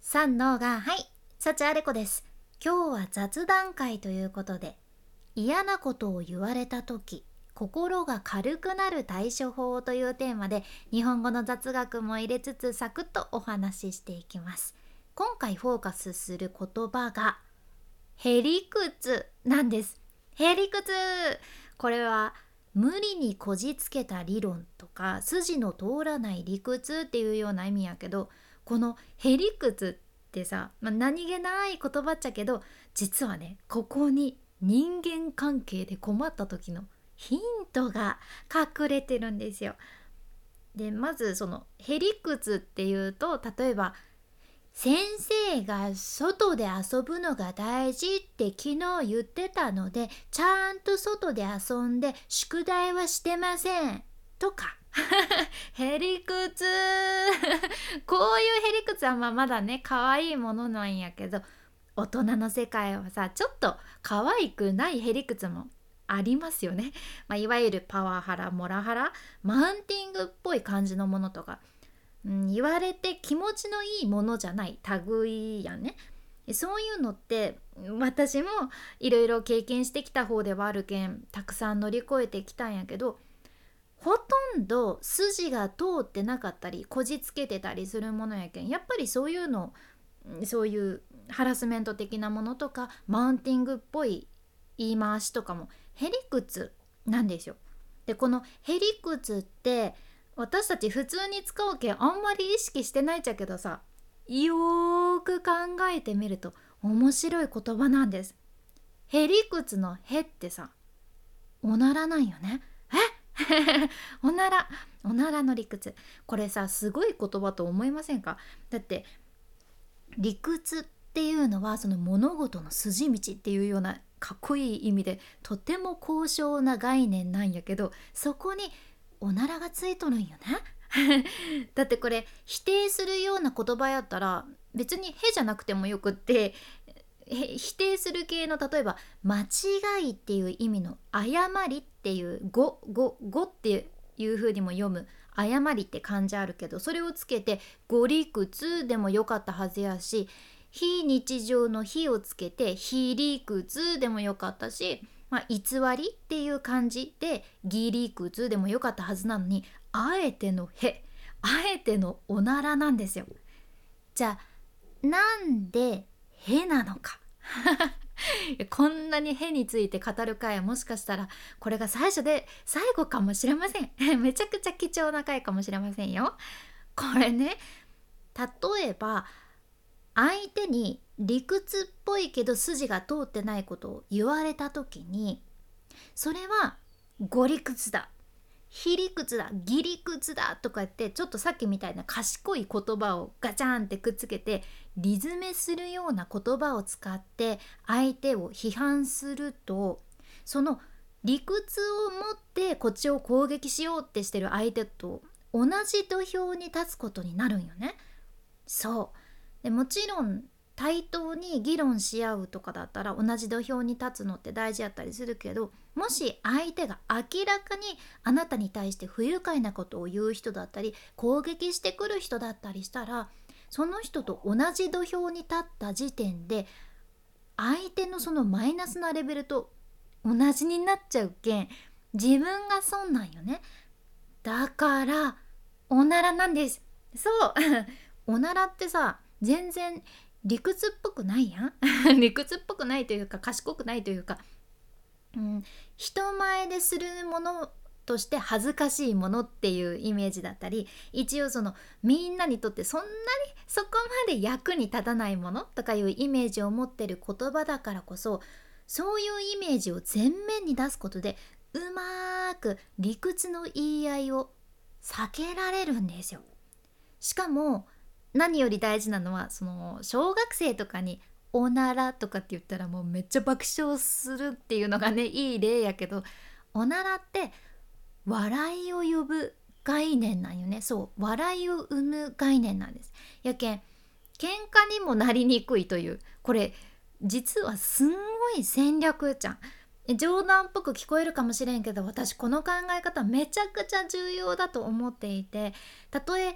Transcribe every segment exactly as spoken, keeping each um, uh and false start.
三のがはい、幸あれ子です。今日は雑談会ということで、嫌なことを言われた時心が軽くなる対処法というテーマで、日本語の雑学も入れつつサクッとお話ししていきます。今回フォーカスする言葉がへりくつなんです。へりくつ、これは無理にこじつけた理論とか筋の通らない理屈っていうような意味やけど、このへりくつってさ、まあ、何気ない言葉っちゃけど、実はね、ここに人間関係で困った時のヒントが隠れてるんですよ。でまずそのへりくつっていうと、例えば先生が外で遊ぶのが大事って昨日言ってたので、ちゃんと外で遊んで宿題はしてませんとかへりくつこういうへりくつはまあまだね可愛いものなんやけど、大人の世界はさ、ちょっと可愛くないへりくつもありますよね。まあ、いわゆるパワハラ、モラハラ、マウンティングっぽい感じのものとか、うん、言われて気持ちのいいものじゃない類やね。そういうのって私もいろいろ経験してきた方ではあるけん、たくさん乗り越えてきたんやけど、ほとんど筋が通ってなかったりこじつけてたりするものやけん、やっぱりそういうの、そういうハラスメント的なものとかマウンティングっぽい言い回しとかもへりくつなんですよ。でこのへりくつって私たち普通に使うけんあんまり意識してないっちゃけどさ、よーく考えてみると面白い言葉なんです。へりくつのへってさ、おならなんよね。えおなら、おならの理屈、これさすごい言葉と思いませんか？だって理屈っていうのはその物事の筋道っていうようなかっこいい意味でとても高尚な概念なんやけど、そこにおならがついとるんよねだってこれ否定するような言葉やったら別に「へ」じゃなくてもよくって、否定する系の、例えば間違いっていう意味の誤りっていう語語語っていう風にも読む誤りって漢字あるけど、それをつけて語理屈でもよかったはずやし、非日常の非をつけて非理屈でもよかったし、まあ、偽りっていう漢字で義理屈でもよかったはずなのに、あえてのへ、あえてのおならなんですよ。じゃあなんでへなのかこんなにへについて語る回はもしかしたらこれが最初で最後かもしれませんめちゃくちゃ貴重な回かもしれませんよ。これね、例えば相手に理屈っぽいけど筋が通ってないことを言われた時に、それは語理屈だ、非理屈だ、義理屈だとか言って、ちょっとさっきみたいな賢い言葉をガチャンってくっつけてリズメするような言葉を使って相手を批判すると、その理屈を持ってこっちを攻撃しようってしてる相手と同じ土俵に立つことになるんよね。そうでもちろん対等に議論し合うとかだったら同じ土俵に立つのって大事やったりするけど、もし相手が明らかにあなたに対して不愉快なことを言う人だったり攻撃してくる人だったりしたら、その人と同じ土俵に立った時点で相手のそのマイナスなレベルと同じになっちゃうけん、自分が損なんよね。だからおならなんです。そうおならってさ、全然理屈っぽくないやん理屈っぽくないというか賢くないというか、うん、人前でするものとして恥ずかしいものっていうイメージだったり、一応そのみんなにとってそんなにそこまで役に立たないものとかいうイメージを持ってる言葉だからこそ、そういうイメージを前面に出すことでうまーく理屈の言い合いを避けられるんですよ。しかも何より大事なのは、その小学生とかにおならとかって言ったらもうめっちゃ爆笑するっていうのがねいい例やけど、おならって笑いを呼ぶ概念なんよね。そう笑いを生む概念なんです。やけん喧嘩にもなりにくいという、これ実はすんごい戦略じゃん。冗談っぽく聞こえるかもしれんけど、私この考え方めちゃくちゃ重要だと思っていて、たとえ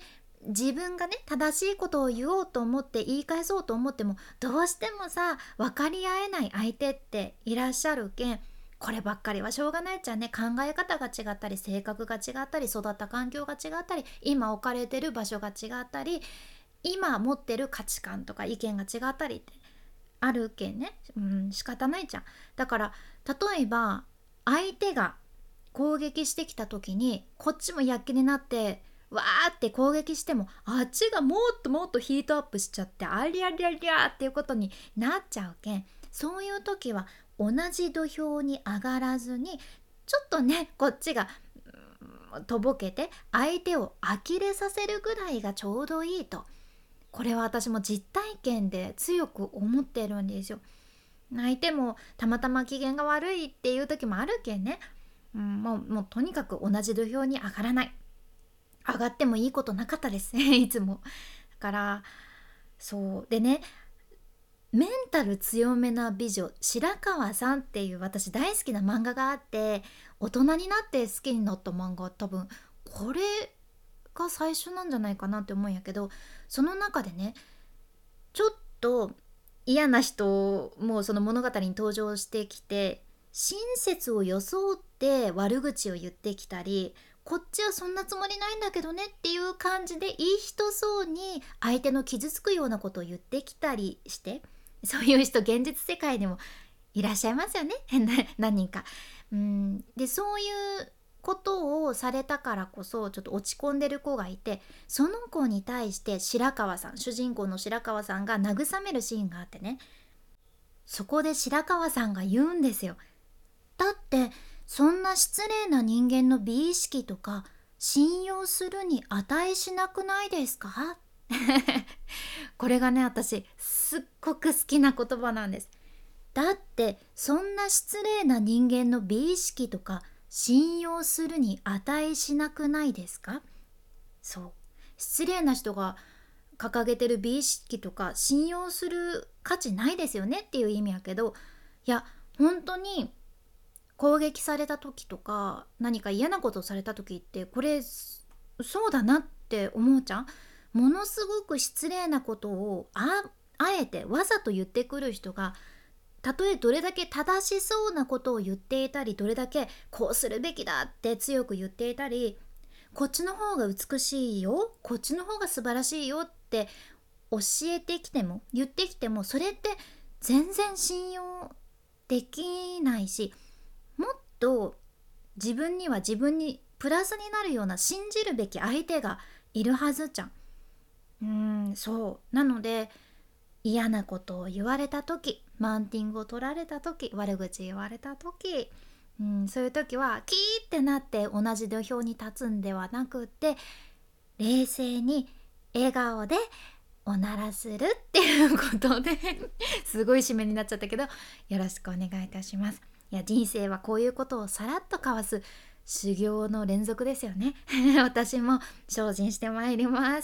自分がね正しいことを言おうと思って言い返そうと思ってもどうしてもさ分かり合えない相手っていらっしゃるけん、こればっかりはしょうがないっちゃね。考え方が違ったり性格が違ったり育った環境が違ったり今置かれてる場所が違ったり今持ってる価値観とか意見が違ったりってあるけんね、うん、仕方ないじゃん。だから例えば相手が攻撃してきた時にこっちも躍起になってわーって攻撃してもあっちがもっともっとヒートアップしちゃってありゃりゃりゃっていうことになっちゃうけん、そういう時は同じ土俵に上がらずにちょっとねこっちがうんとぼけて相手を呆れさせるぐらいがちょうどいいと、これは私も実体験で強く思ってるんですよ。相手もたまたま機嫌が悪いっていう時もあるけんね、うん、もう、もうとにかく同じ土俵に上がらない。上がってもいいことなかったですいつも。だからそうでね、メンタル強めな美女白川さんっていう私大好きな漫画があって、大人になって好きになった漫画多分これが最初なんじゃないかなって思うんやけど、その中でねちょっと嫌な人もその物語に登場してきて親切を装って悪口を言ってきたり、こっちはそんなつもりないんだけどねっていう感じでいい人そうに相手の傷つくようなことを言ってきたりして、そういう人現実世界にもいらっしゃいますよね何人か。うんでそういうことをされたからこそちょっと落ち込んでる子がいて、その子に対して白川さん、主人公の白川さんが慰めるシーンがあってね、そこで白川さんが言うんですよ。だってそんな失礼な人間の美意識とか信用するに値しなくないですかこれがね私すっごく好きな言葉なんです。だってそんな失礼な人間の美意識とか信用するに値しなくないですか。そう失礼な人が掲げてる美意識とか信用する価値ないですよねっていう意味やけど、いや本当に攻撃された時とか何か嫌なことをされた時ってこれそうだなって思うじゃん。ものすごく失礼なことを あ, あえてわざと言ってくる人が、たとえどれだけ正しそうなことを言っていたりどれだけこうするべきだって強く言っていたり、こっちの方が美しいよこっちの方が素晴らしいよって教えてきても言ってきても、それって全然信用できないし、もっと自分には自分にプラスになるような信じるべき相手がいるはずじゃん。うーんそうなので嫌なことを言われた時、マウンティングを取られた時、悪口言われた時、うん、そういう時はキーってなって同じ土俵に立つんではなくって、冷静に笑顔でおならするっていうことですごい締めになっちゃったけどよろしくお願いいたします。いや人生はこういうことをさらっとかわす修行の連続ですよね私も精進してまいります。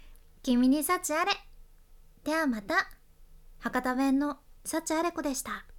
君に幸あれ。ではまた。博多弁の幸あれ子でした。